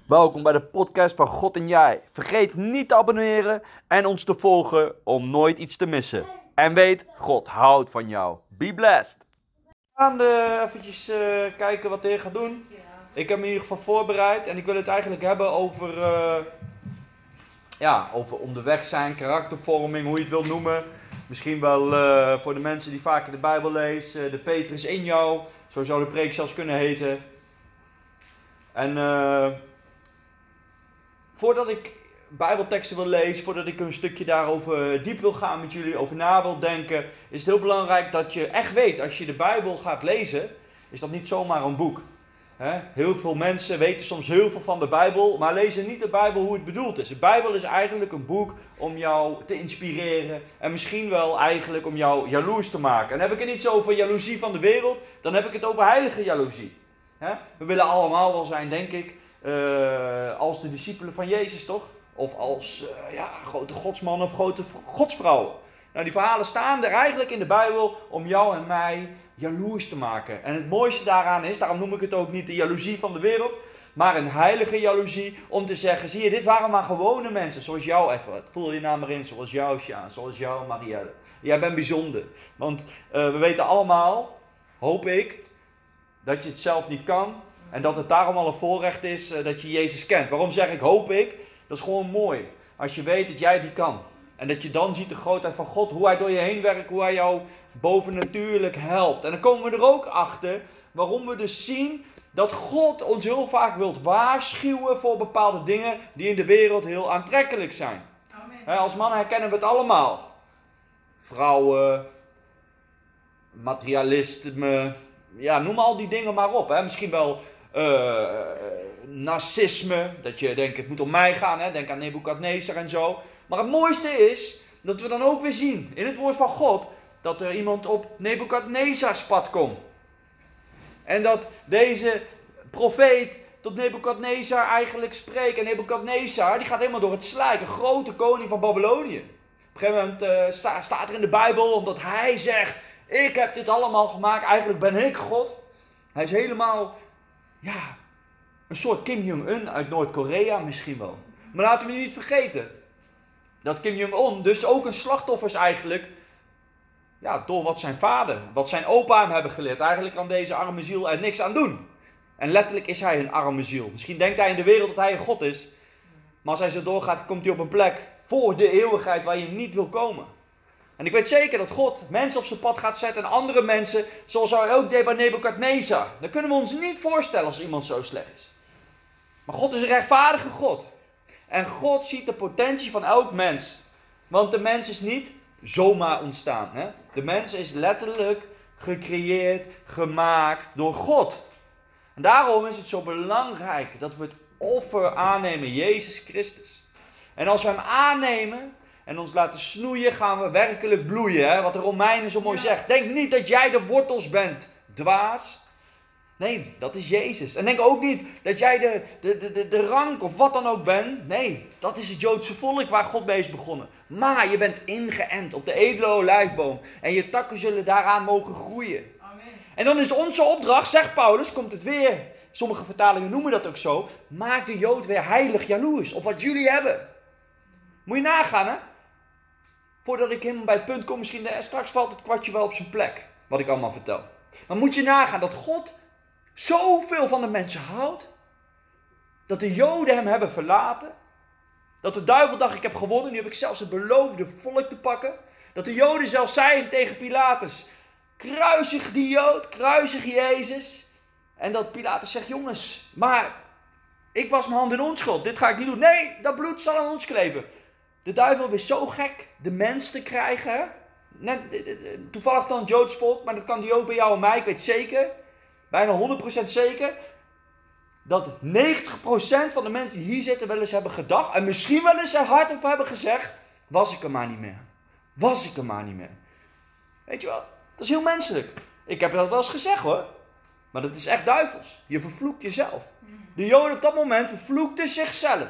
Welkom bij de podcast van God en Jij. Vergeet niet te abonneren en ons te volgen om nooit iets te missen. En weet, God houdt van jou. Be blessed. We gaan eventjes kijken wat de Heer gaat doen. Ik heb me in ieder geval voorbereid en ik wil het eigenlijk hebben over, over onderweg zijn, karaktervorming, hoe je het wil noemen. Misschien wel voor de mensen die vaker de Bijbel lezen, de Petrus in jou. Zo zou de preek zelfs kunnen heten. En voordat ik Bijbelteksten wil lezen, voordat ik een stukje daarover diep wil gaan met jullie, over na wil denken, is het heel belangrijk dat je echt weet, als je de Bijbel gaat lezen, is dat niet zomaar een boek. Heel veel mensen weten soms heel veel van de Bijbel, maar lezen niet de Bijbel hoe het bedoeld is. De Bijbel is eigenlijk een boek om jou te inspireren en misschien wel eigenlijk om jou jaloers te maken. En heb ik het niet zo over jaloezie van de wereld, dan heb ik het over heilige jaloezie. We willen allemaal wel zijn, denk ik, als de discipelen van Jezus, toch? Of als grote godsmannen of grote godsvrouwen. Nou, die verhalen staan er eigenlijk in de Bijbel om jou en mij jaloers te maken. En het mooiste daaraan is, daarom noem ik het ook niet de jaloezie van de wereld, maar een heilige jaloezie om te zeggen, zie je, dit waren maar gewone mensen, zoals jou Edward. Voel je naam erin, zoals jou Sjaan, zoals jou Marielle. Jij bent bijzonder. Want we weten allemaal, hoop ik, dat je het zelf niet kan. En dat het daarom al een voorrecht is dat je Jezus kent. Waarom zeg ik hoop ik? Dat is gewoon mooi. Als je weet dat jij het niet kan. En dat je dan ziet de grootheid van God. Hoe hij door je heen werkt. Hoe hij jou bovennatuurlijk helpt. En dan komen we er ook achter. Waarom we dus zien dat God ons heel vaak wilt waarschuwen voor bepaalde dingen die in de wereld heel aantrekkelijk zijn. Amen. Als mannen herkennen we het allemaal. Vrouwen, materialisme. Ja, noem al die dingen maar op. Misschien wel narcisme. Dat je denkt, het moet om mij gaan. Denk aan Nebukadnezar en zo. Maar het mooiste is dat we dan ook weer zien in het woord van God dat er iemand op Nebukadnezars pad komt. En dat deze profeet tot Nebukadnezar eigenlijk spreekt. En Nebukadnezar die gaat helemaal door het slijk. Een grote koning van Babylonië. Op een gegeven moment staat er in de Bijbel omdat hij zegt, ik heb dit allemaal gemaakt, eigenlijk ben ik God. Hij is helemaal, een soort Kim Jong-un uit Noord-Korea misschien wel. Maar laten we niet vergeten dat Kim Jong-un dus ook een slachtoffer is eigenlijk, door wat zijn vader, wat zijn opa hem hebben geleerd. Eigenlijk kan deze arme ziel er niks aan doen. En letterlijk is hij een arme ziel. Misschien denkt hij in de wereld dat hij een God is. Maar als hij zo doorgaat, komt hij op een plek voor de eeuwigheid waar je niet wil komen. En ik weet zeker dat God mensen op zijn pad gaat zetten en andere mensen, zoals hij ook deed bij Nebukadnezar. Dat kunnen we ons niet voorstellen als iemand zo slecht is. Maar God is een rechtvaardige God. En God ziet de potentie van elk mens. Want de mens is niet zomaar ontstaan. De mens is letterlijk gecreëerd, gemaakt door God. En daarom is het zo belangrijk dat we het offer aannemen, Jezus Christus. En als we hem aannemen en ons laten snoeien, gaan we werkelijk bloeien. Wat de Romeinen zo mooi zegt. Denk niet dat jij de wortels bent, dwaas. Nee, dat is Jezus. En denk ook niet dat jij de rank of wat dan ook bent. Nee, dat is het Joodse volk waar God mee is begonnen. Maar je bent ingeënt op de edele olijfboom. En je takken zullen daaraan mogen groeien. Amen. En dan is onze opdracht, zegt Paulus, komt het weer. Sommige vertalingen noemen dat ook zo. Maak de Jood weer heilig jaloers op wat jullie hebben. Moet je nagaan, hè? Voordat ik helemaal bij het punt kom, misschien straks valt het kwartje wel op zijn plek. Wat ik allemaal vertel. Maar moet je nagaan dat God zoveel van de mensen houdt. Dat de Joden hem hebben verlaten. Dat de duivel dacht, ik heb gewonnen. Nu heb ik zelfs het beloofde volk te pakken. Dat de Joden zelfs zeiden tegen Pilatus, kruisig die Jood, kruisig Jezus. En dat Pilatus zegt, jongens, maar ik was mijn hand in onschuld. Dit ga ik niet doen. Nee, dat bloed zal aan ons kleven. De duivel is zo gek de mens te krijgen. Net, toevallig dan het Joods volk, maar dat kan die ook bij jou en mij. Ik weet zeker, bijna 100% zeker, dat 90% van de mensen die hier zitten wel eens hebben gedacht. En misschien wel eens er hardop hebben gezegd, was ik er maar niet meer. Was ik er maar niet meer. Weet je wel, dat is heel menselijk. Ik heb dat wel eens gezegd hoor. Maar dat is echt duivels. Je vervloekt jezelf. De Joden op dat moment vervloekten zichzelf.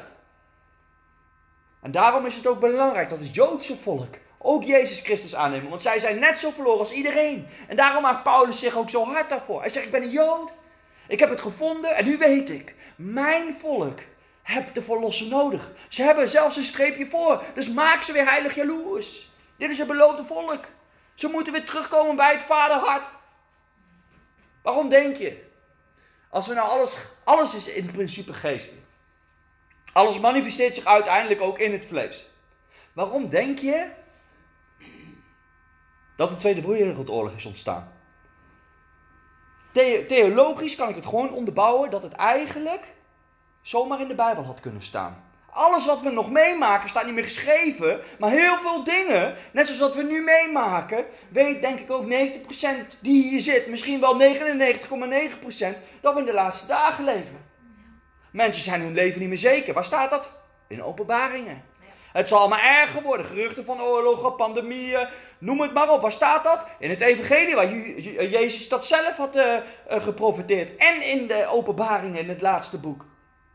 En daarom is het ook belangrijk dat het Joodse volk ook Jezus Christus aannemen. Want zij zijn net zo verloren als iedereen. En daarom maakt Paulus zich ook zo hard daarvoor. Hij zegt, ik ben een Jood. Ik heb het gevonden en nu weet ik. Mijn volk hebt de verlosser nodig. Ze hebben zelfs een streepje voor. Dus maak ze weer heilig jaloers. Dit is het beloofde volk. Ze moeten weer terugkomen bij het vaderhart. Waarom denk je? Als we nou alles is in principe geestelijk. Alles manifesteert zich uiteindelijk ook in het vlees. Waarom denk je dat de Tweede Wereldoorlog is ontstaan? Theologisch kan ik het gewoon onderbouwen dat het eigenlijk zomaar in de Bijbel had kunnen staan. Alles wat we nog meemaken staat niet meer geschreven, maar heel veel dingen, net zoals wat we nu meemaken, weet denk ik ook 90% die hier zit, misschien wel 99,9% dat we in de laatste dagen leven. Mensen zijn hun leven niet meer zeker. Waar staat dat? In Openbaringen. Het zal maar erger worden. Geruchten van oorlogen, pandemieën, noem het maar op. Waar staat dat? In het evangelie, waar Jezus dat zelf had geprofeteerd. En in de Openbaringen, in het laatste boek.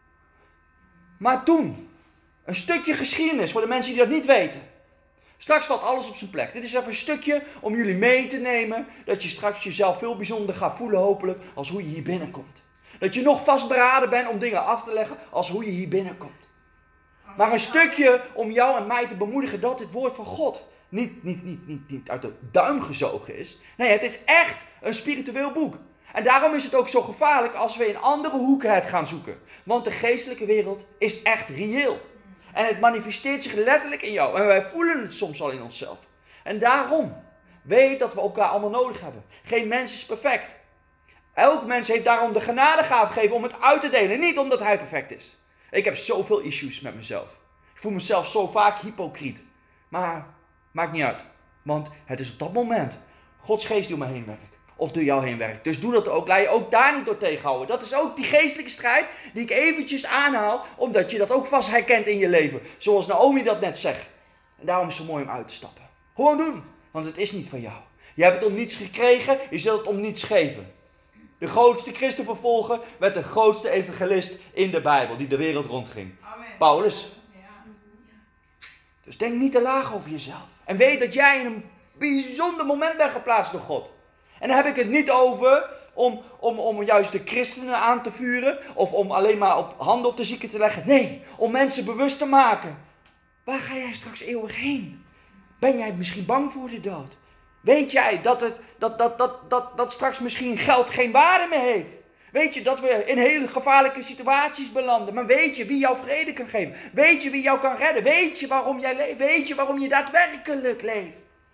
Maar toen, een stukje geschiedenis voor de mensen die dat niet weten. Straks valt alles op zijn plek. Dit is even een stukje om jullie mee te nemen. Dat je straks jezelf veel bijzonder gaat voelen hopelijk als hoe je hier binnenkomt. Dat je nog vastberaden bent om dingen af te leggen als hoe je hier binnenkomt. Maar een stukje om jou en mij te bemoedigen dat dit woord van God niet uit de duim gezogen is. Nee, het is echt een spiritueel boek. En daarom is het ook zo gevaarlijk als we in andere hoeken het gaan zoeken. Want de geestelijke wereld is echt reëel. En het manifesteert zich letterlijk in jou. En wij voelen het soms al in onszelf. En daarom weet dat we elkaar allemaal nodig hebben. Geen mens is perfect. Elk mens heeft daarom de genadegave gegeven om het uit te delen. Niet omdat hij perfect is. Ik heb zoveel issues met mezelf. Ik voel mezelf zo vaak hypocriet. Maar maakt niet uit. Want het is op dat moment Gods geest die om me heen werkt. Of door jou heen werkt. Dus doe dat ook. Laat je ook daar niet door tegenhouden. Dat is ook die geestelijke strijd die ik eventjes aanhaal. Omdat je dat ook vast herkent in je leven. Zoals Naomi dat net zegt. En daarom is het zo mooi om uit te stappen. Gewoon doen. Want het is niet van jou. Je hebt het om niets gekregen. Je zult het om niets geven. De grootste christenvervolger werd de grootste evangelist in de Bijbel. Die de wereld rondging. Amen. Paulus. Dus denk niet te laag over jezelf. En weet dat jij in een bijzonder moment bent geplaatst door God. En dan heb ik het niet over om juist de christenen aan te vuren. Of om alleen maar handen op de zieken te leggen. Nee, om mensen bewust te maken. Waar ga jij straks eeuwig heen? Ben jij misschien bang voor de dood? Weet jij dat straks misschien geld geen waarde meer heeft? Weet je dat we in hele gevaarlijke situaties belanden? Maar weet je wie jou vrede kan geven? Weet je wie jou kan redden? Weet je waarom jij leeft? Weet je waarom je daadwerkelijk leeft?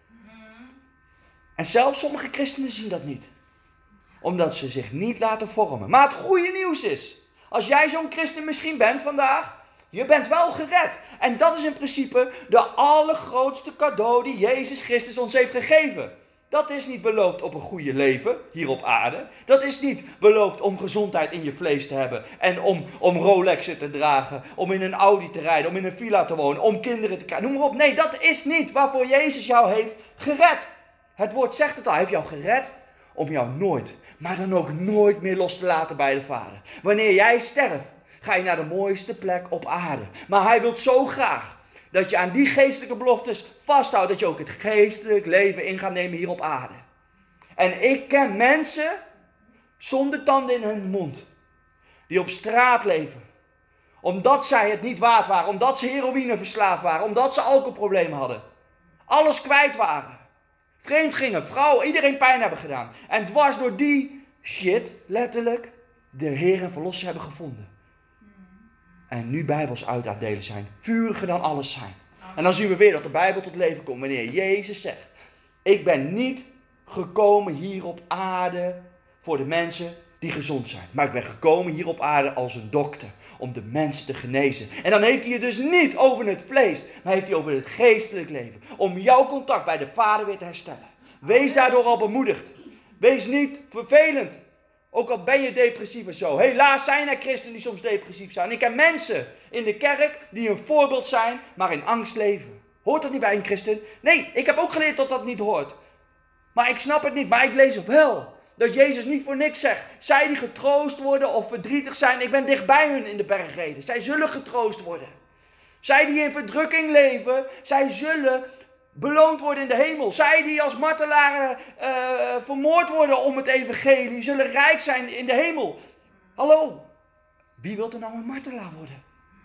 En zelfs sommige christenen zien dat niet. Omdat ze zich niet laten vormen. Maar het goede nieuws is, als jij zo'n christen misschien bent vandaag, je bent wel gered. En dat is in principe de allergrootste cadeau die Jezus Christus ons heeft gegeven. Dat is niet beloofd op een goede leven hier op aarde. Dat is niet beloofd om gezondheid in je vlees te hebben. En om Rolexen te dragen. Om in een Audi te rijden. Om in een villa te wonen. Om kinderen te krijgen. Noem maar op. Nee, dat is niet waarvoor Jezus jou heeft gered. Het woord zegt het al. Hij heeft jou gered om jou nooit, maar dan ook nooit meer los te laten bij de Vader. Wanneer jij sterft, ga je naar de mooiste plek op aarde. Maar hij wil zo graag dat je aan die geestelijke beloftes vasthoudt. Dat je ook het geestelijk leven in gaat nemen hier op aarde. En ik ken mensen zonder tanden in hun mond. Die op straat leven. Omdat zij het niet waard waren. Omdat ze heroïne verslaafd waren. Omdat ze alcoholproblemen hadden. Alles kwijt waren. Vreemd gingen, vrouwen, iedereen pijn hebben gedaan. En dwars door die shit, letterlijk, de Heer en Verlosser hebben gevonden. En nu Bijbels uit aan het delen zijn. Vuriger dan alles zijn. En dan zien we weer dat de Bijbel tot leven komt. Wanneer Jezus zegt. Ik ben niet gekomen hier op aarde voor de mensen die gezond zijn. Maar ik ben gekomen hier op aarde als een dokter. Om de mensen te genezen. En dan heeft hij het dus niet over het vlees. Maar heeft hij over het geestelijk leven. Om jouw contact bij de Vader weer te herstellen. Wees daardoor al bemoedigd. Wees niet vervelend. Ook al ben je depressief en zo. Helaas zijn er christenen die soms depressief zijn. Ik ken mensen in de kerk die een voorbeeld zijn, maar in angst leven. Hoort dat niet bij een christen? Nee, ik heb ook geleerd dat dat niet hoort. Maar ik snap het niet, maar ik lees wel. Dat Jezus niet voor niks zegt. Zij die getroost worden of verdrietig zijn, ik ben dichtbij hun in de bergreden. Zij zullen getroost worden. Zij die in verdrukking leven, zij zullen beloond worden in de hemel. Zij die als martelaren vermoord worden om het evangelie, zullen rijk zijn in de hemel. Hallo, wie wil er nou een martelaar worden?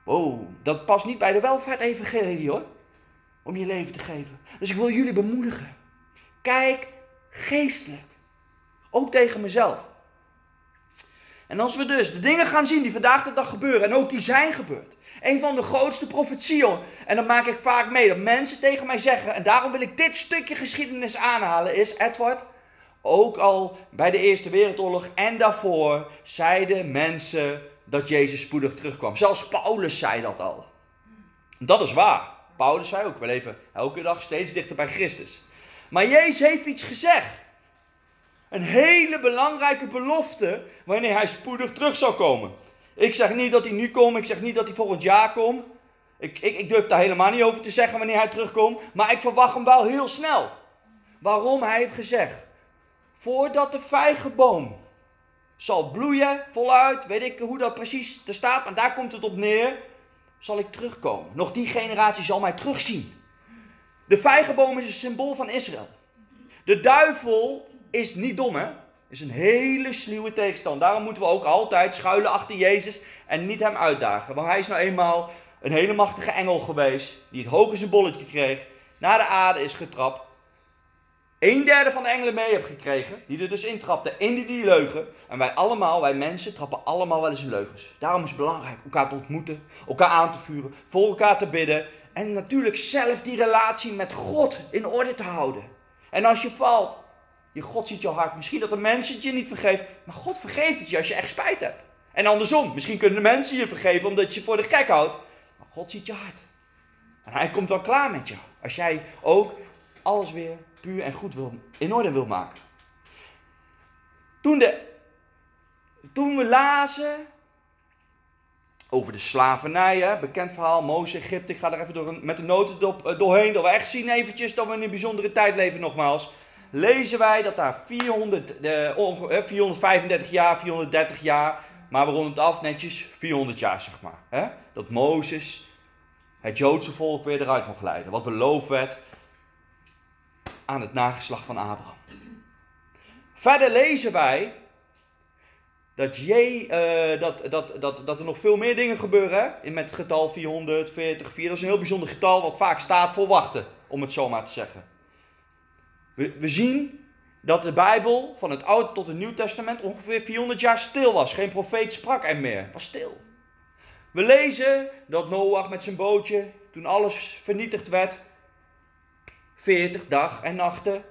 Wow, dat past niet bij de welvaart-evangelie hoor. Om je leven te geven. Dus ik wil jullie bemoedigen. Kijk geestelijk. Ook tegen mezelf. En als we dus de dingen gaan zien die vandaag de dag gebeuren. En ook die zijn gebeurd. Een van de grootste profetieën. En dat maak ik vaak mee. Dat mensen tegen mij zeggen. En daarom wil ik dit stukje geschiedenis aanhalen. Is Edward. Ook al bij de Eerste Wereldoorlog en daarvoor. Zeiden mensen dat Jezus spoedig terugkwam. Zelfs Paulus zei dat al. Dat is waar. Paulus zei ook. We leven elke dag steeds dichter bij Christus. Maar Jezus heeft iets gezegd. Een hele belangrijke belofte wanneer hij spoedig terug zal komen. Ik zeg niet dat hij nu komt, ik zeg niet dat hij volgend jaar komt. Ik durf daar helemaal niet over te zeggen wanneer hij terugkomt. Maar ik verwacht hem wel heel snel. Waarom? Hij heeft gezegd. Voordat de vijgenboom zal bloeien, voluit, weet ik hoe dat precies er staat. Maar daar komt het op neer, zal ik terugkomen. Nog die generatie zal mij terugzien. De vijgenboom is een symbool van Israël. De duivel is niet dom, hè? Is een hele sluwe tegenstander. Daarom moeten we ook altijd schuilen achter Jezus en niet hem uitdagen. Want hij is nou eenmaal een hele machtige engel geweest, die het hoog in zijn bolletje kreeg, naar de aarde is getrapt. 1/3 van de engelen mee heeft gekregen, die er dus intrapten in die leugen. En wij mensen, trappen allemaal wel eens in leugens. Daarom is het belangrijk elkaar te ontmoeten, elkaar aan te vuren, voor elkaar te bidden. En natuurlijk zelf die relatie met God in orde te houden. En als je valt, God ziet jouw hart. Misschien dat de mensen het je niet vergeven, maar God vergeeft het je als je echt spijt hebt. En andersom, misschien kunnen de mensen je vergeven omdat je je voor de gek houdt. Maar God ziet je hart. En hij komt wel klaar met jou. Als jij ook alles weer puur en goed in orde wil maken. Toen we lazen over de slavernij, hè, bekend verhaal, Mozes, Egypte. Ik ga er even met de notendop doorheen. Dat we echt zien eventjes dat we in een bijzondere tijd leven nogmaals. Lezen wij dat daar 435 jaar, 430 jaar, maar we ronden het af netjes 400 jaar zeg maar. Hè? Dat Mozes het Joodse volk weer eruit mocht leiden. Wat beloofd werd aan het nageslacht van Abraham. Verder lezen wij dat er nog veel meer dingen gebeuren. Hè? Met het getal 444. Dat is een heel bijzonder getal wat vaak staat voor wachten. Om het zo maar te zeggen. We zien dat de Bijbel van het Oude tot het Nieuw Testament ongeveer 400 jaar stil was. Geen profeet sprak er meer. Het was stil. We lezen dat Noach met zijn bootje, toen alles vernietigd werd, 40 dag en nachten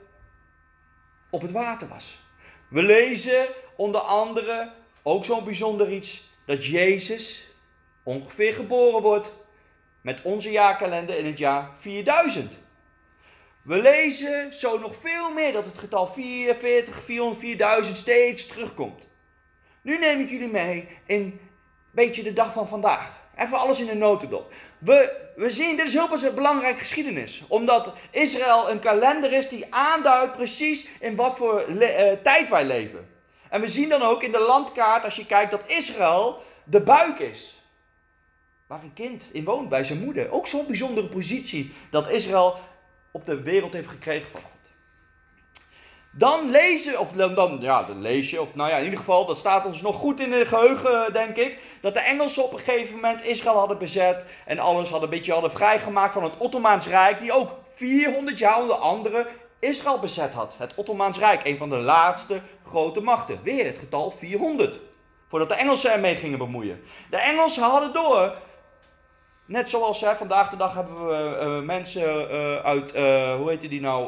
op het water was. We lezen onder andere, ook zo'n bijzonder iets, dat Jezus ongeveer geboren wordt met onze jaarkalender in het jaar 4000. We lezen zo nog veel meer dat het getal 44, 400, 4000 steeds terugkomt. Nu neem ik jullie mee in een beetje de dag van vandaag. Even alles in de notendop. We zien, dit is heel belangrijk geschiedenis. Omdat Israël een kalender is die aanduidt precies in wat voor tijd wij leven. En we zien dan ook in de landkaart, als je kijkt, dat Israël de buik is. Waar een kind in woont, bij zijn moeder. Ook zo'n bijzondere positie dat Israël op de wereld heeft gekregen van God. Dan lees je, in ieder geval, dat staat ons nog goed in het geheugen, denk ik, dat de Engelsen op een gegeven moment Israël hadden bezet en alles hadden vrijgemaakt van het Ottomaans Rijk, die ook 400 jaar onder andere Israël bezet had. Het Ottomaans Rijk, een van de laatste grote machten. Weer het getal 400. Voordat de Engelsen ermee gingen bemoeien. De Engelsen hadden door. Net zoals vandaag de dag hebben we mensen uit, hoe heet die nou?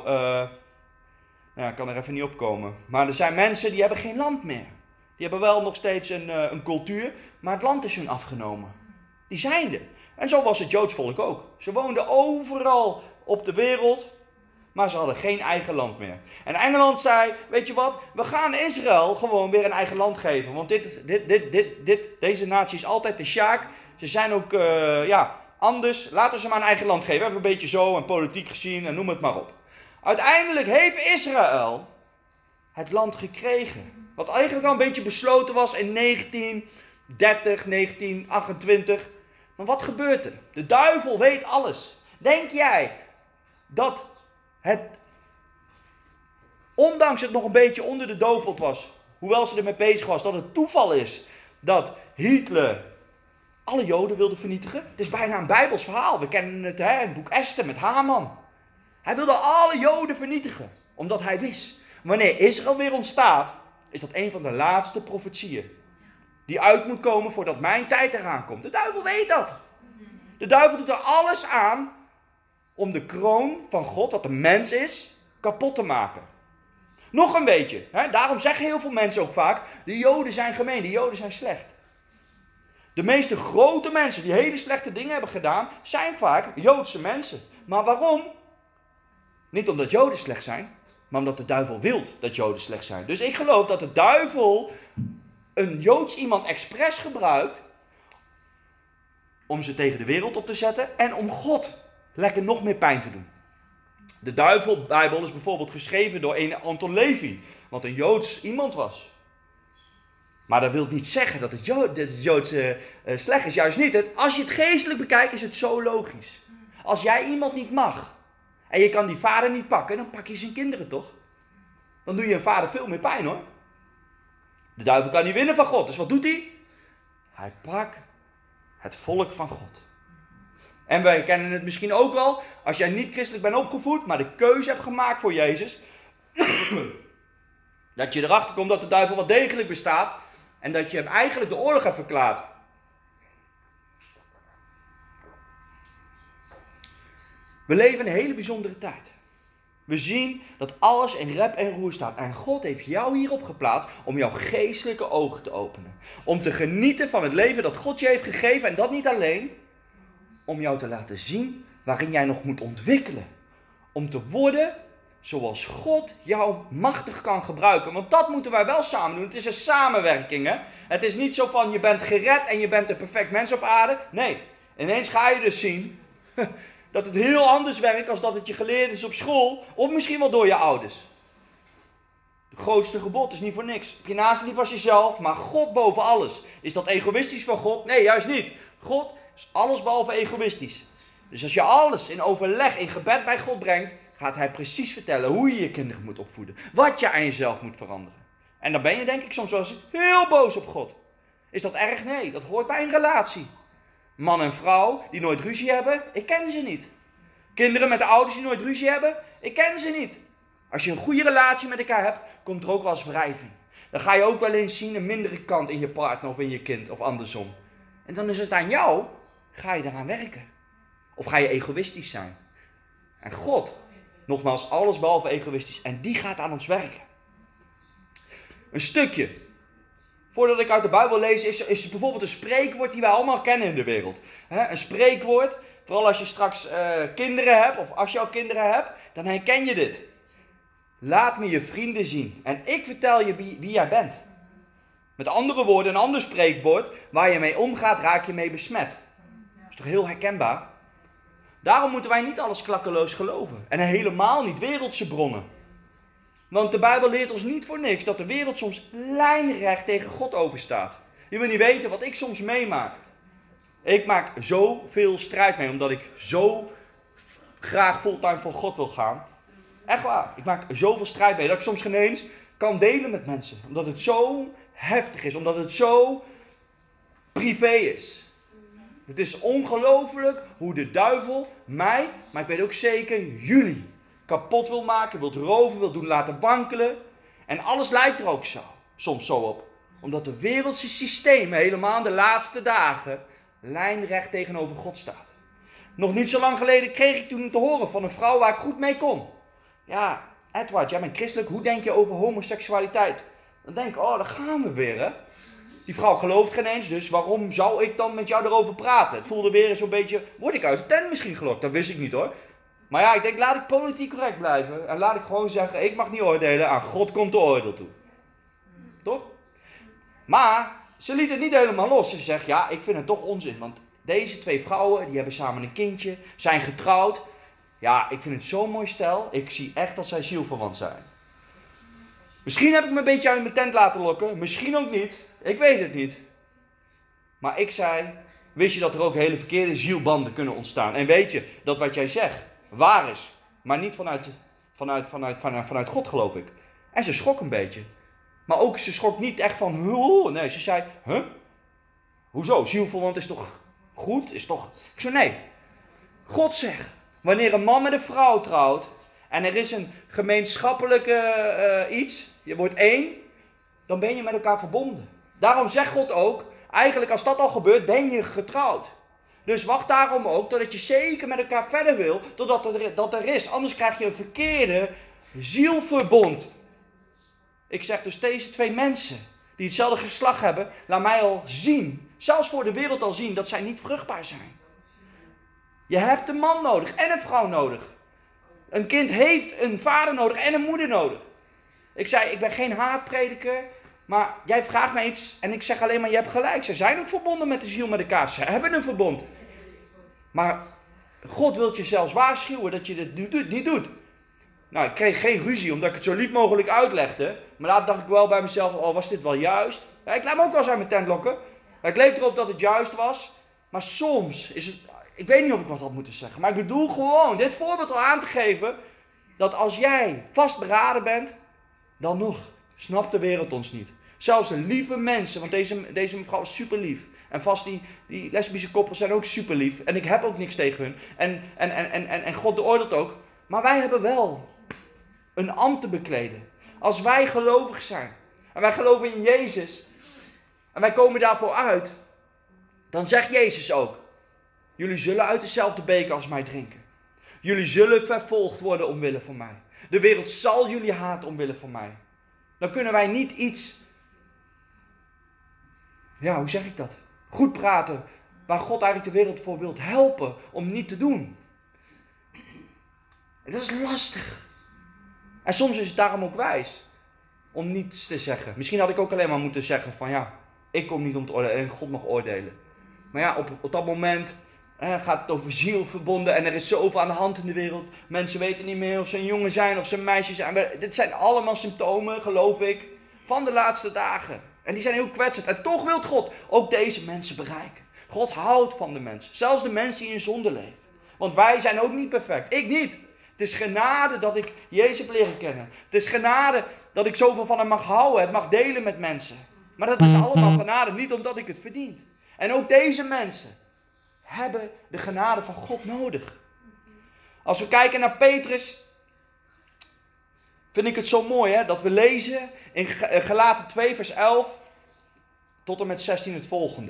Ik kan er even niet opkomen. Maar er zijn mensen die hebben geen land meer. Die hebben wel nog steeds een cultuur, maar het land is hun afgenomen. Die zijn er. En zo was het Joods volk ook. Ze woonden overal op de wereld, maar ze hadden geen eigen land meer. En Engeland zei, weet je wat, we gaan Israël gewoon weer een eigen land geven. Want deze natie is altijd de sjaak. Ze zijn ook, anders. Laten we ze maar een eigen land geven. Even een beetje zo en politiek gezien en noem het maar op. Uiteindelijk heeft Israël het land gekregen. Wat eigenlijk al een beetje besloten was in 1930, 1928. Maar wat gebeurt er? De duivel weet alles. Denk jij dat het, ondanks het nog een beetje onder de doopvont was, hoewel ze ermee bezig was, dat het toeval is dat Hitler alle Joden wilde vernietigen. Het is bijna een Bijbels verhaal. We kennen het, het boek Esther met Haman. Hij wilde alle Joden vernietigen, omdat hij wist. Wanneer Israël weer ontstaat, is dat een van de laatste profetieën. Die uit moet komen voordat mijn tijd eraan komt. De duivel weet dat. De duivel doet er alles aan om de kroon van God, wat de mens is, kapot te maken. Nog een beetje. Daarom zeggen heel veel mensen ook vaak, de Joden zijn gemeen, de Joden zijn slecht. De meeste grote mensen die hele slechte dingen hebben gedaan, zijn vaak Joodse mensen. Maar waarom? Niet omdat Joden slecht zijn, maar omdat de duivel wil dat Joden slecht zijn. Dus ik geloof dat de duivel een Joods iemand expres gebruikt om ze tegen de wereld op te zetten en om God lekker nog meer pijn te doen. De Duivelbijbel is bijvoorbeeld geschreven door een Anton Levi, wat een Joods iemand was. Maar dat wil niet zeggen dat het Joods slecht is, juist niet. Als je het geestelijk bekijkt is het zo logisch. Als jij iemand niet mag en je kan die vader niet pakken, dan pak je zijn kinderen toch? Dan doe je een vader veel meer pijn hoor. De duivel kan niet winnen van God, dus wat doet hij? Hij pakt het volk van God. En wij kennen het misschien ook wel, als jij niet christelijk bent opgevoed, maar de keuze hebt gemaakt voor Jezus, dat je erachter komt dat de duivel wel degelijk bestaat en dat je hem eigenlijk de oorlog hebt verklaard. We leven in een hele bijzondere tijd. We zien dat alles in rep en roer staat. En God heeft jou hierop geplaatst om jouw geestelijke ogen te openen. Om te genieten van het leven dat God je heeft gegeven. En dat niet alleen. Om jou te laten zien waarin jij nog moet ontwikkelen. Om te worden zoals God jou machtig kan gebruiken. Want dat moeten wij wel samen doen. Het is een samenwerking. Hè? Het is niet zo van je bent gered en je bent een perfect mens op aarde. Nee, ineens ga je dus zien dat het heel anders werkt als dat het je geleerd is op school. Of misschien wel door je ouders. Het grootste gebod is niet voor niks. Je naast lief als jezelf, maar God boven alles. Is dat egoïstisch van God? Nee, juist niet. God is alles behalve egoïstisch. Dus als je alles in overleg, in gebed bij God brengt, gaat hij precies vertellen hoe je je kinderen moet opvoeden. Wat je aan jezelf moet veranderen. En dan ben je denk ik soms wel eens heel boos op God. Is dat erg? Nee, dat hoort bij een relatie. Man en vrouw die nooit ruzie hebben, ik ken ze niet. Kinderen met de ouders die nooit ruzie hebben, ik ken ze niet. Als je een goede relatie met elkaar hebt, komt er ook wel eens wrijving. Dan ga je ook wel eens zien een mindere kant in je partner of in je kind of andersom. En dan is het aan jou, ga je eraan werken. Of ga je egoïstisch zijn. En God, nogmaals, alles behalve egoïstisch. En die gaat aan ons werken. Een stukje. Voordat ik uit de Bijbel lees, is bijvoorbeeld een spreekwoord die wij allemaal kennen in de wereld. Een spreekwoord, vooral als je straks kinderen hebt, of als je al kinderen hebt, dan herken je dit. Laat me je vrienden zien en ik vertel je wie jij bent. Met andere woorden, een ander spreekwoord, waar je mee omgaat, raak je mee besmet. Dat is toch heel herkenbaar? Daarom moeten wij niet alles klakkeloos geloven. En helemaal niet wereldse bronnen. Want de Bijbel leert ons niet voor niks dat de wereld soms lijnrecht tegen God overstaat. Je wil niet weten wat ik soms meemaak. Ik maak zoveel strijd mee, omdat ik zo graag fulltime voor God wil gaan. Echt waar, ik maak zoveel strijd mee dat ik soms geen eens kan delen met mensen. Omdat het zo heftig is, omdat het zo privé is. Het is ongelooflijk hoe de duivel mij, maar ik weet ook zeker jullie, kapot wil maken, wil roven, wil doen laten wankelen. En alles lijkt er ook soms zo op. Omdat de wereldse systeem helemaal in de laatste dagen lijnrecht tegenover God staat. Nog niet zo lang geleden kreeg ik toen te horen van een vrouw waar ik goed mee kon. Ja, Edward, jij bent christelijk, hoe denk je over homoseksualiteit? Dan denk ik, oh, daar gaan we weer, hè. Die vrouw gelooft geen eens, dus waarom zou ik dan met jou erover praten? Het voelde weer zo'n beetje, word ik uit de tent misschien gelokt? Dat wist ik niet hoor. Maar ja, ik denk, laat ik politiek correct blijven. En laat ik gewoon zeggen, ik mag niet oordelen, aan God komt de oordeel toe. Toch? Maar ze liet het niet helemaal los. Ze zegt, ja, ik vind het toch onzin. Want deze twee vrouwen, die hebben samen een kindje, zijn getrouwd. Ja, ik vind het zo'n mooi stel. Ik zie echt dat zij zielverwant zijn. Misschien heb ik me een beetje uit mijn tent laten lokken. Misschien ook niet. Ik weet het niet. Maar ik zei, wist je dat er ook hele verkeerde zielbanden kunnen ontstaan? En weet je dat wat jij zegt waar is. Maar niet vanuit God, geloof ik. En ze schrok een beetje. Maar ook, ze schrok niet echt van, nee, ze zei, huh? Hoezo? Zielverwant is toch goed? Is toch... Ik zo, nee. God zegt, wanneer een man met een vrouw trouwt, en er is een gemeenschappelijke iets, je wordt één, dan ben je met elkaar verbonden. Daarom zegt God ook, eigenlijk als dat al gebeurt, ben je getrouwd. Dus wacht daarom ook, totdat je zeker met elkaar verder wil, totdat dat er is. Anders krijg je een verkeerde zielverbond. Ik zeg dus deze twee mensen, die hetzelfde geslacht hebben, laat mij al zien, zelfs voor de wereld al zien, dat zij niet vruchtbaar zijn. Je hebt een man nodig en een vrouw nodig. Een kind heeft een vader nodig en een moeder nodig. Ik zei, ik ben geen haatprediker, maar jij vraagt mij iets en ik zeg alleen maar, je hebt gelijk. Ze zijn ook verbonden met de ziel met elkaar. Ze hebben een verbond. Maar God wil je zelfs waarschuwen dat je dit niet doet. Nou, ik kreeg geen ruzie omdat ik het zo lief mogelijk uitlegde. Maar daar dacht ik wel bij mezelf, oh, was dit wel juist? Ja, ik laat me ook wel eens uit mijn tent lokken. Ik leek erop dat het juist was. Maar soms is het... Ik weet niet of ik wat had moeten zeggen. Maar ik bedoel gewoon dit voorbeeld al aan te geven. Dat als jij vastberaden bent, dan nog snapt de wereld ons niet. Zelfs de lieve mensen, want deze mevrouw is super lief. En vast die lesbische koppels zijn ook super lief. En ik heb ook niks tegen hun. En God oordeelt ook. Maar wij hebben wel een ambt te bekleden. Als wij gelovig zijn. En wij geloven in Jezus. En wij komen daarvoor uit. Dan zegt Jezus ook. Jullie zullen uit dezelfde beker als mij drinken. Jullie zullen vervolgd worden omwille van mij. De wereld zal jullie haten omwille van mij. Dan kunnen wij niet iets... Ja, hoe zeg ik dat? Goed praten. Waar God eigenlijk de wereld voor wilt helpen om niet te doen. En dat is lastig. En soms is het daarom ook wijs. Om niets te zeggen. Misschien had ik ook alleen maar moeten zeggen van ja, ik kom niet om te oordelen en God mag oordelen. Maar ja, op dat moment gaat het over zielverbonden en er is zoveel aan de hand in de wereld. Mensen weten niet meer of ze een jongen zijn of ze een meisje zijn. Dit zijn allemaal symptomen, geloof ik, van de laatste dagen. En die zijn heel kwetsend. En toch wil God ook deze mensen bereiken. God houdt van de mensen. Zelfs de mensen die in zonde leven. Want wij zijn ook niet perfect. Ik niet. Het is genade dat ik Jezus heb leren kennen. Het is genade dat ik zoveel van hem mag houden. Het mag delen met mensen. Maar dat is allemaal genade. Niet omdat ik het verdient. En ook deze mensen hebben de genade van God nodig. Als we kijken naar Petrus, vind ik het zo mooi dat we lezen in Galaten 2 vers 11 tot en met 16 het volgende.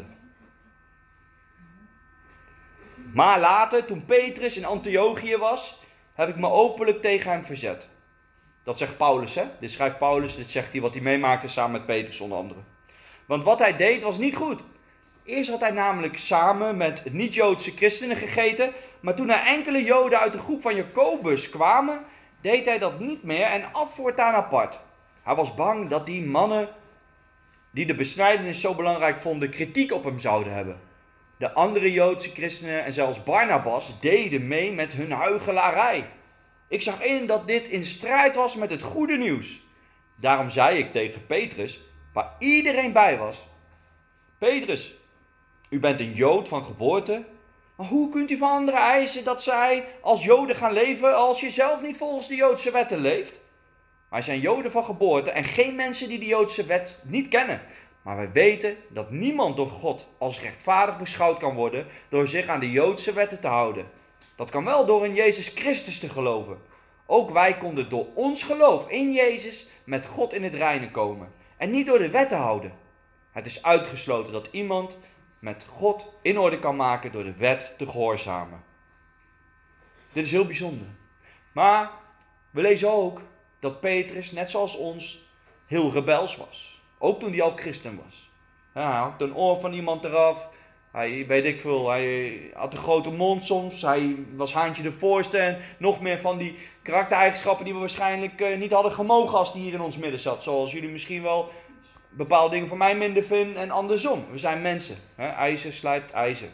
Maar later, toen Petrus in Antiochië was, heb ik me openlijk tegen hem verzet. Dat zegt Paulus, hè? Dit schrijft Paulus, dit zegt hij wat hij meemaakte samen met Petrus onder andere. Want wat hij deed was niet goed. Eerst had hij namelijk samen met niet-Joodse christenen gegeten, maar toen er enkele Joden uit de groep van Jacobus kwamen, deed hij dat niet meer en at voortaan apart. Hij was bang dat die mannen, die de besnijdenis zo belangrijk vonden, kritiek op hem zouden hebben. De andere Joodse christenen en zelfs Barnabas deden mee met hun huichelarij. Ik zag in dat dit in strijd was met het goede nieuws. Daarom zei ik tegen Petrus, waar iedereen bij was: Petrus, u bent een Jood van geboorte, maar hoe kunt u van anderen eisen dat zij als Joden gaan leven als je zelf niet volgens de Joodse wetten leeft? Wij zijn Joden van geboorte en geen mensen die de Joodse wet niet kennen. Maar wij weten dat niemand door God als rechtvaardig beschouwd kan worden door zich aan de Joodse wetten te houden. Dat kan wel door in Jezus Christus te geloven. Ook wij konden door ons geloof in Jezus met God in het reine komen. En niet door de wet te houden. Het is uitgesloten dat iemand met God in orde kan maken door de wet te gehoorzamen. Dit is heel bijzonder. Maar we lezen ook dat Petrus, net zoals ons, heel rebels was. Ook toen hij al christen was. Ja, hij had een oor van iemand eraf. Hij, weet ik veel, hij had een grote mond soms. Hij was haantje de voorste. En nog meer van die karaktereigenschappen die we waarschijnlijk niet hadden gemogen als die hier in ons midden zat. Zoals jullie misschien wel bepaalde dingen van mij minder vinden en andersom. We zijn mensen. Hè? IJzer slijpt ijzer.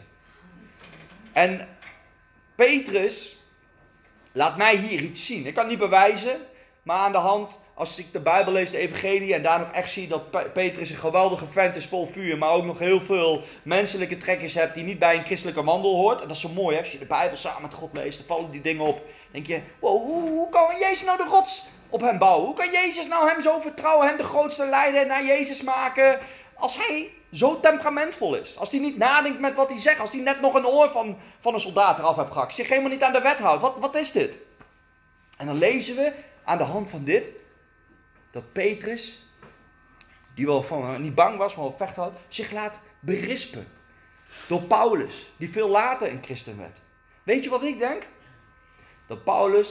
En Petrus laat mij hier iets zien. Ik kan het niet bewijzen. Maar aan de hand, als ik de Bijbel lees, de evangelie, en daar nog echt zie dat Petrus een geweldige vent is vol vuur, maar ook nog heel veel menselijke trekjes hebt die niet bij een christelijke wandel hoort. En dat is zo mooi, hè? Als je de Bijbel samen met God leest, dan vallen die dingen op. Dan denk je, wow, hoe kan Jezus nou de rots op hem bouwen? Hoe kan Jezus nou hem zo vertrouwen, hem de grootste leider naar Jezus maken? Als hij zo temperamentvol is, als hij niet nadenkt met wat hij zegt, als hij net nog een oor van een soldaat eraf heeft gehakt, zich helemaal niet aan de wet houdt, wat is dit? En dan lezen we aan de hand van dit, dat Petrus, die wel niet bang was, maar wel vecht had, zich laat berispen door Paulus, die veel later een christen werd. Weet je wat ik denk? Dat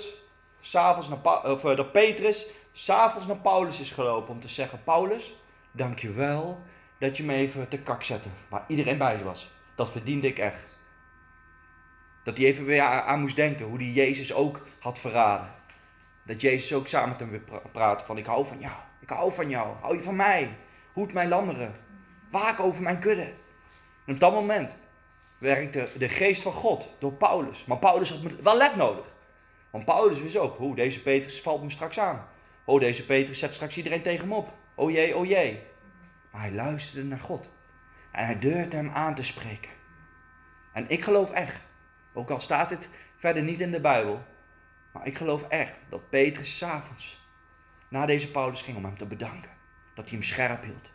dat Petrus s'avonds naar Paulus is gelopen om te zeggen: Paulus, dankjewel dat je me even te kak zette, waar iedereen bij was. Dat verdiende ik echt. Dat hij even weer aan moest denken hoe hij Jezus ook had verraden. Dat Jezus ook samen met hem weer praatte van: ik hou van jou, hou je van mij, hoed mijn lammeren, waak over mijn kudde. En op dat moment werkte de geest van God door Paulus. Maar Paulus had wel lef nodig. Want Paulus wist ook: deze Petrus valt me straks aan. Deze Petrus zet straks iedereen tegen hem op. O jee. Maar hij luisterde naar God. En hij durfde hem aan te spreken. En ik geloof echt, ook al staat het verder niet in de Bijbel, maar ik geloof echt dat Petrus 's avonds naar deze Paulus ging om hem te bedanken. Dat hij hem scherp hield.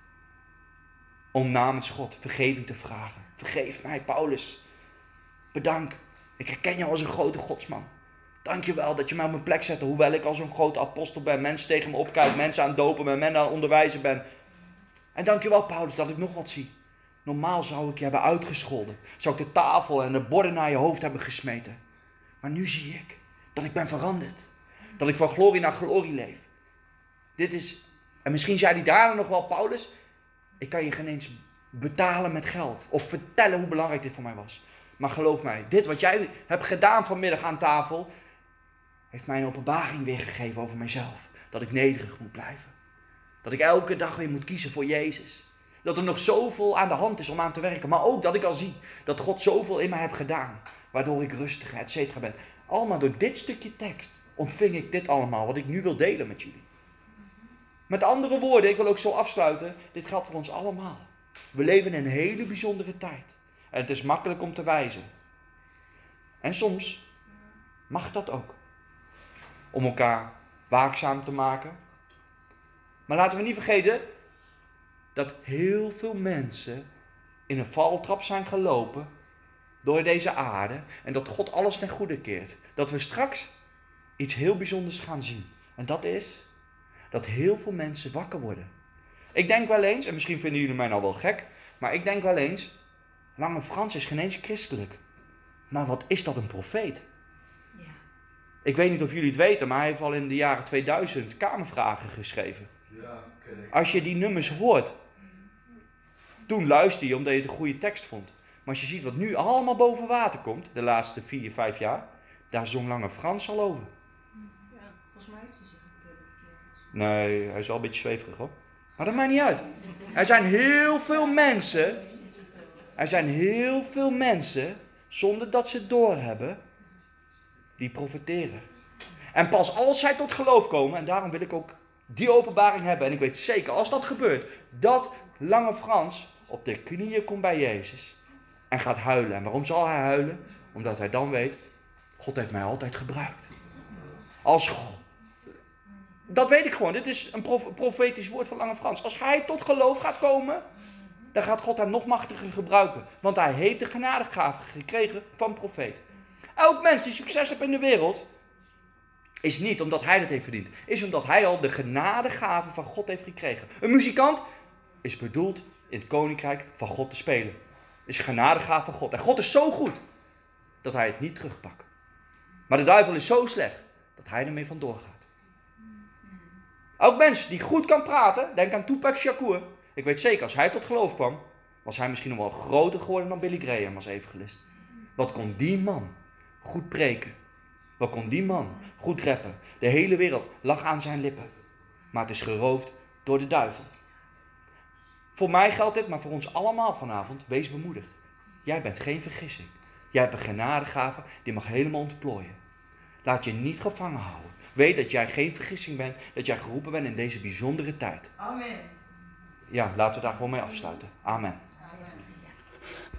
Om namens God vergeving te vragen. Vergeef mij, Paulus. Bedank. Ik herken jou als een grote godsman. Dank je wel dat je mij op mijn plek zette, hoewel ik als een grote apostel ben. Mensen tegen me opkijken, mensen aan het dopen ben, mensen aan het onderwijzen ben. En dank je wel, Paulus, dat ik nog wat zie. Normaal zou ik je hebben uitgescholden. Zou ik de tafel en de borden naar je hoofd hebben gesmeten. Maar nu zie ik dat ik ben veranderd. Dat ik van glorie naar glorie leef. Dit is, en misschien zei hij daarna nog wel: Paulus, ik kan je geen eens betalen met geld. Of vertellen hoe belangrijk dit voor mij was. Maar geloof mij, dit wat jij hebt gedaan vanmiddag aan tafel, heeft mij een openbaring weergegeven over mijzelf. Dat ik nederig moet blijven. Dat ik elke dag weer moet kiezen voor Jezus. Dat er nog zoveel aan de hand is om aan te werken. Maar ook dat ik al zie dat God zoveel in mij heeft gedaan. Waardoor ik rustiger, et cetera ben. Allemaal door dit stukje tekst ontving ik dit allemaal wat ik nu wil delen met jullie. Met andere woorden, ik wil ook zo afsluiten. Dit geldt voor ons allemaal. We leven in een hele bijzondere tijd. En het is makkelijk om te wijzen. En soms mag dat ook. Om elkaar waakzaam te maken. Maar laten we niet vergeten dat heel veel mensen in een valtrap zijn gelopen door deze aarde. En dat God alles ten goede keert. Dat we straks iets heel bijzonders gaan zien. En dat is dat heel veel mensen wakker worden. Ik denk wel eens, en misschien vinden jullie mij nou wel gek, maar ik denk wel eens: Lange Frans is geen eens christelijk. Maar wat is dat een profeet? Ja. Ik weet niet of jullie het weten, maar hij heeft al in de jaren 2000 Kamervragen geschreven. Ja, als je die nummers hoort, toen luister je omdat je het een goede tekst vond. Maar als je ziet wat nu allemaal boven water komt, de laatste 4, 5 jaar, daar zong Lange Frans al over. Ja, volgens mij heeft hij zich een keer bekeerd. Nee, hij is al een beetje zweverig hoor. Maar dat maakt niet uit. Er zijn heel veel mensen, zonder dat ze het doorhebben, die profiteren. En pas als zij tot geloof komen, en daarom wil ik ook die openbaring hebben, en ik weet zeker, als dat gebeurt, dat Lange Frans op de knieën komt bij Jezus en gaat huilen. En waarom zal hij huilen? Omdat hij dan weet: God heeft mij altijd gebruikt. Dat weet ik gewoon. Dit is een profetisch woord van Lange Frans. Als hij tot geloof gaat komen, dan gaat God hem nog machtiger gebruiken. Want hij heeft de genadegave gekregen van profeet. Elk mens die succes heeft in de wereld, is niet omdat hij dat heeft verdiend. Is omdat hij al de genadegave van God heeft gekregen. Een muzikant is bedoeld in het koninkrijk van God te spelen. Is genadegave van God. En God is zo goed dat hij het niet terugpakt. Maar de duivel is zo slecht dat hij ermee vandoor gaat. Elk mens die goed kan praten, denk aan Tupac Shakur. Ik weet zeker, als hij tot geloof kwam, was hij misschien nog wel groter geworden dan Billy Graham als evangelist. Wat kon die man goed preken? Wat kon die man goed rappen? De hele wereld lag aan zijn lippen. Maar het is geroofd door de duivel. Voor mij geldt dit, maar voor ons allemaal vanavond, wees bemoedigd. Jij bent geen vergissing. Jij hebt een genadegave, die mag helemaal ontplooien. Laat je niet gevangen houden. Weet dat jij geen vergissing bent, dat jij geroepen bent in deze bijzondere tijd. Amen. Ja, laten we daar gewoon mee afsluiten. Amen.